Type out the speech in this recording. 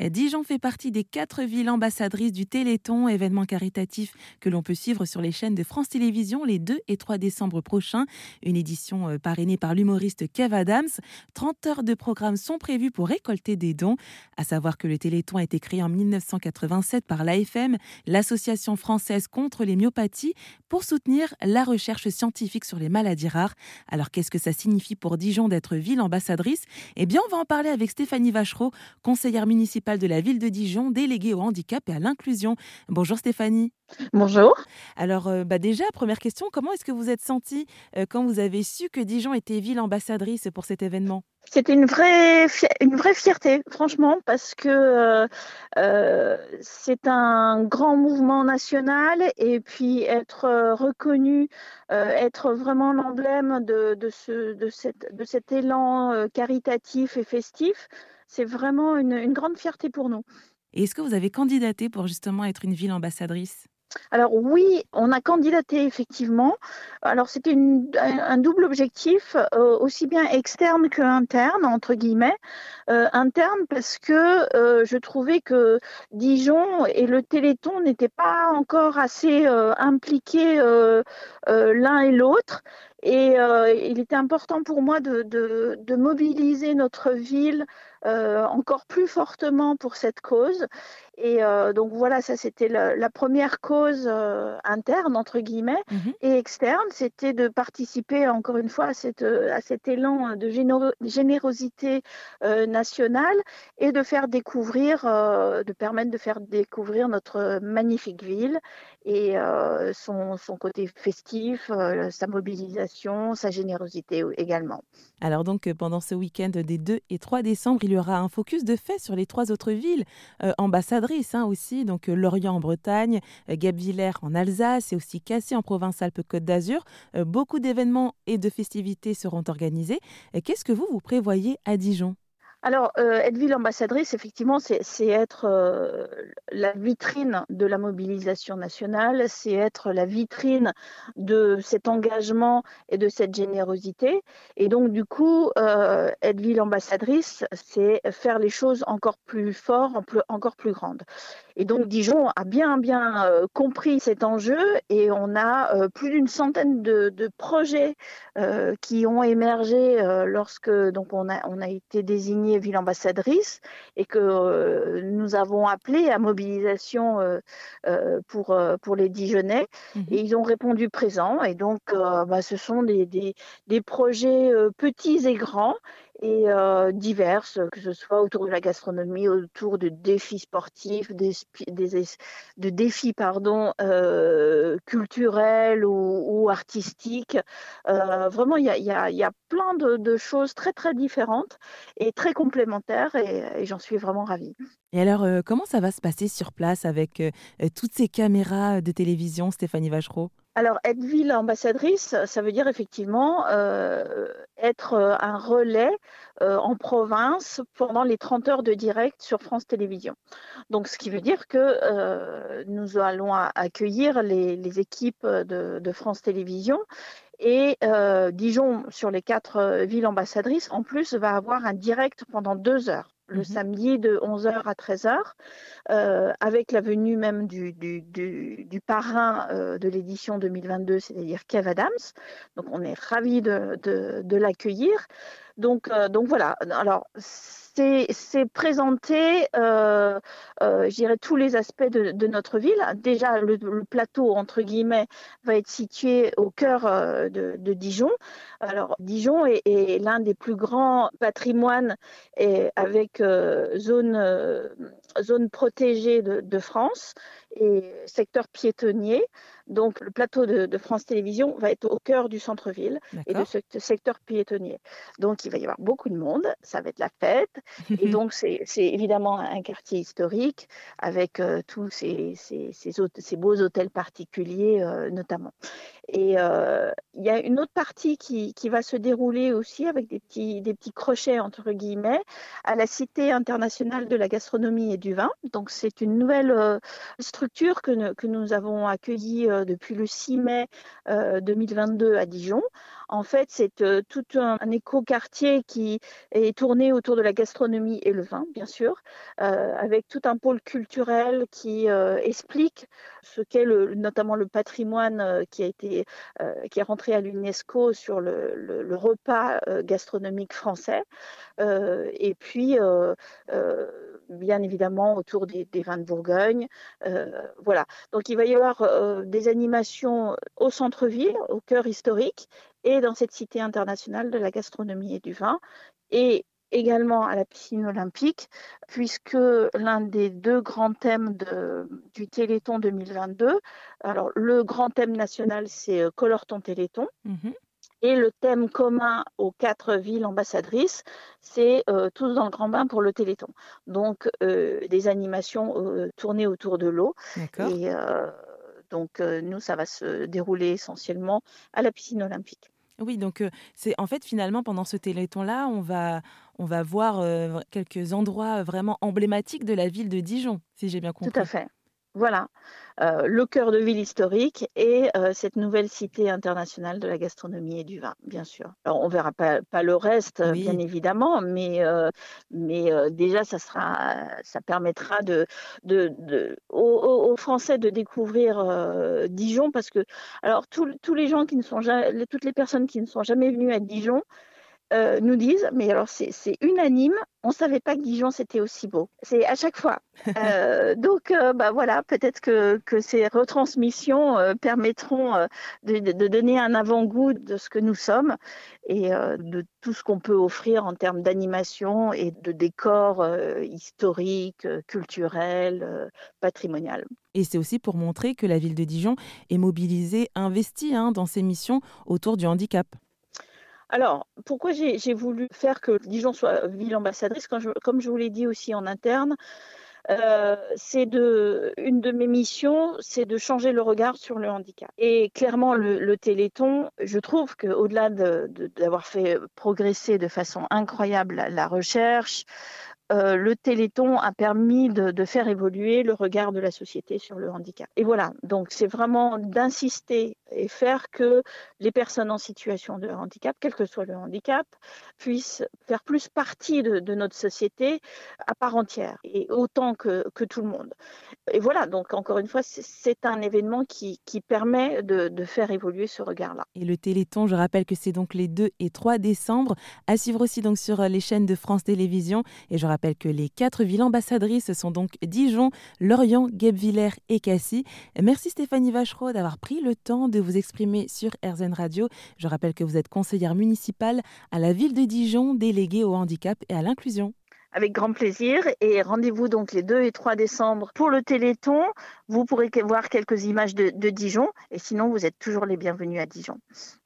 Dijon fait partie des 4 villes ambassadrices du Téléthon, événement caritatif que l'on peut suivre sur les chaînes de France Télévisions les 2 et 3 décembre prochains. Une édition parrainée par l'humoriste Kev Adams. 30 heures de programme sont prévues pour récolter des dons. À savoir que le Téléthon a été créé en 1987 par l'AFM, l'Association française contre les myopathies, pour soutenir la recherche scientifique sur les maladies rares. Alors qu'est-ce que ça signifie pour Dijon d'être ville ambassadrice? Eh bien, on va en parler avec Stéphanie Vachereau, conseillère municipale de la ville de Dijon, déléguée au handicap et à l'inclusion. Bonjour Stéphanie. Bonjour. Alors déjà, première question, comment est-ce que vous êtes sentie quand vous avez su que Dijon était ville ambassadrice pour cet événement? C'était une vraie fierté, franchement, parce que c'est un grand mouvement national et puis être reconnu, être vraiment l'emblème de cet élan caritatif et festif, c'est vraiment une grande fierté pour nous. Et est-ce que vous avez candidaté pour justement être une ville ambassadrice? Alors oui, on a candidaté effectivement. Alors c'était un double objectif, aussi bien externe qu'interne, entre guillemets. Interne parce que je trouvais que Dijon et le Téléthon n'étaient pas encore assez impliqués l'un et l'autre. Et il était important pour moi de mobiliser notre ville encore plus fortement pour cette cause. Et donc voilà, ça c'était la première cause interne, entre guillemets, Mhm. et externe, c'était de participer encore une fois à cet élan de générosité nationale et de permettre de faire découvrir notre magnifique ville et son côté festif, sa mobilisation, sa générosité également. Alors donc pendant ce week-end des 2 et 3 décembre, il y aura un focus de fait sur les 3 autres villes ambassadrices aussi, donc Lorient en Bretagne, Guebwiller en Alsace et aussi Cassis en Provence-Alpes-Côte d'Azur. Beaucoup d'événements et de festivités seront organisés. Qu'est-ce que vous prévoyez à Dijon? Alors, être ville ambassadrice, effectivement, c'est être la vitrine de la mobilisation nationale, c'est être la vitrine de cet engagement et de cette générosité. Et donc, du coup, être ville ambassadrice, c'est faire les choses encore plus fort, encore plus grandes. Et donc, Dijon a bien compris cet enjeu et on a plus d'une centaine de projets qui ont émergé lorsque donc on a été désigné ville ambassadrice et que nous avons appelé à mobilisation pour les Dijonnais Mhm. et ils ont répondu présent et donc ce sont des projets petits et grands et diverses, que ce soit autour de la gastronomie, autour de défis sportifs, de défis culturels ou artistiques. Vraiment, il y a plein de choses très, très différentes et très complémentaires et j'en suis vraiment ravie. Et alors, comment ça va se passer sur place avec toutes ces caméras de télévision, Stéphanie Vachereau? Alors, être ville ambassadrice, ça veut dire effectivement être un relais en province pendant les 30 heures de direct sur France Télévisions. Donc, ce qui veut dire que nous allons accueillir les équipes de France Télévisions. Et Dijon, sur les 4 villes ambassadrices, en plus, va avoir un direct pendant 2 heures, le Mhm. samedi de 11 heures à 13 heures, avec la venue même du parrain de l'édition 2022, c'est-à-dire Kev Adams. Donc, on est ravis de l'accueillir. Donc voilà, alors c'est présenter, je dirais, tous les aspects de notre ville. Déjà, le plateau, entre guillemets, va être situé au cœur de Dijon. Alors, Dijon est l'un des plus grands patrimoines et avec zone protégée de France et secteur piétonnier. Donc, le plateau de France Télévisions va être au cœur du centre-ville et de D'accord. ce secteur piétonnier. Donc, il va y avoir beaucoup de monde, ça va être la fête. Et donc, c'est évidemment un quartier historique avec tous ces beaux hôtels particuliers notamment. Et il y a une autre partie qui va se dérouler aussi avec des petits crochets, entre guillemets, à la Cité internationale de la gastronomie et du vin. Donc, c'est une nouvelle structure que nous avons accueillie depuis le 6 mai 2022 à Dijon. En fait, c'est tout un écoquartier qui est tourné autour de la gastronomie et le vin, bien sûr, avec tout un pôle culturel qui explique ce qu'est notamment le patrimoine qui est rentré à l'UNESCO sur le repas gastronomique français. Et puis, bien évidemment, autour des vins de Bourgogne. Voilà. Donc, il va y avoir des animations au centre-ville, au cœur historique, et dans cette cité internationale de la gastronomie et du vin. Et également à la piscine olympique, puisque l'un des deux grands thèmes du Téléthon 2022, alors le grand thème national, c'est Colore ton Téléthon. Mhm. Et le thème commun aux 4 villes ambassadrices, c'est Tous dans le grand bain pour le Téléthon. Donc, des animations tournées autour de l'eau. D'accord. Et donc, nous, ça va se dérouler essentiellement à la piscine olympique. Oui, donc c'est en fait finalement pendant ce téléthon-là, on va voir quelques endroits vraiment emblématiques de la ville de Dijon, si j'ai bien Tout à compris. fait. Voilà, le cœur de ville historique et cette nouvelle cité internationale de la gastronomie et du vin, bien sûr. Alors, on verra pas le reste, bien Oui. évidemment, mais déjà, ça permettra aux Français de découvrir Dijon, parce que, alors, tous les gens qui ne sont jamais, toutes les personnes qui ne sont jamais venues à Dijon nous disent, mais alors c'est unanime, on ne savait pas que Dijon c'était aussi beau. C'est à chaque fois. Donc, bah voilà, peut-être que ces retransmissions permettront de donner un avant-goût de ce que nous sommes et de tout ce qu'on peut offrir en termes d'animation et de décor historique, culturel, patrimonial. Et c'est aussi pour montrer que la ville de Dijon est mobilisée, investie dans ses missions autour du handicap. Alors, pourquoi j'ai voulu faire que Dijon soit ville ambassadrice, comme je vous l'ai dit aussi en interne, une de mes missions, c'est de changer le regard sur le handicap. Et clairement, le Téléthon, je trouve qu'au-delà d'avoir fait progresser de façon incroyable la recherche, le Téléthon a permis de faire évoluer le regard de la société sur le handicap. Et voilà, donc c'est vraiment d'insister et faire que les personnes en situation de handicap, quel que soit le handicap, puissent faire plus partie de notre société à part entière, et autant que tout le monde. Et voilà, donc encore une fois, c'est un événement qui permet de faire évoluer ce regard-là. Et le Téléthon, je rappelle que c'est donc les 2 et 3 décembre, à suivre aussi donc sur les chaînes de France Télévisions. Et je rappelle que les 4 villes ambassadrices sont donc Dijon, Lorient, Guebwiller et Cassis. Merci Stéphanie Vachereau d'avoir pris le temps de vous exprimer sur RZN Radio. Je rappelle que vous êtes conseillère municipale à la ville de Dijon, déléguée au handicap et à l'inclusion. Avec grand plaisir, et rendez-vous donc les 2 et 3 décembre pour le Téléthon. Vous pourrez voir quelques images de Dijon, et sinon vous êtes toujours les bienvenus à Dijon.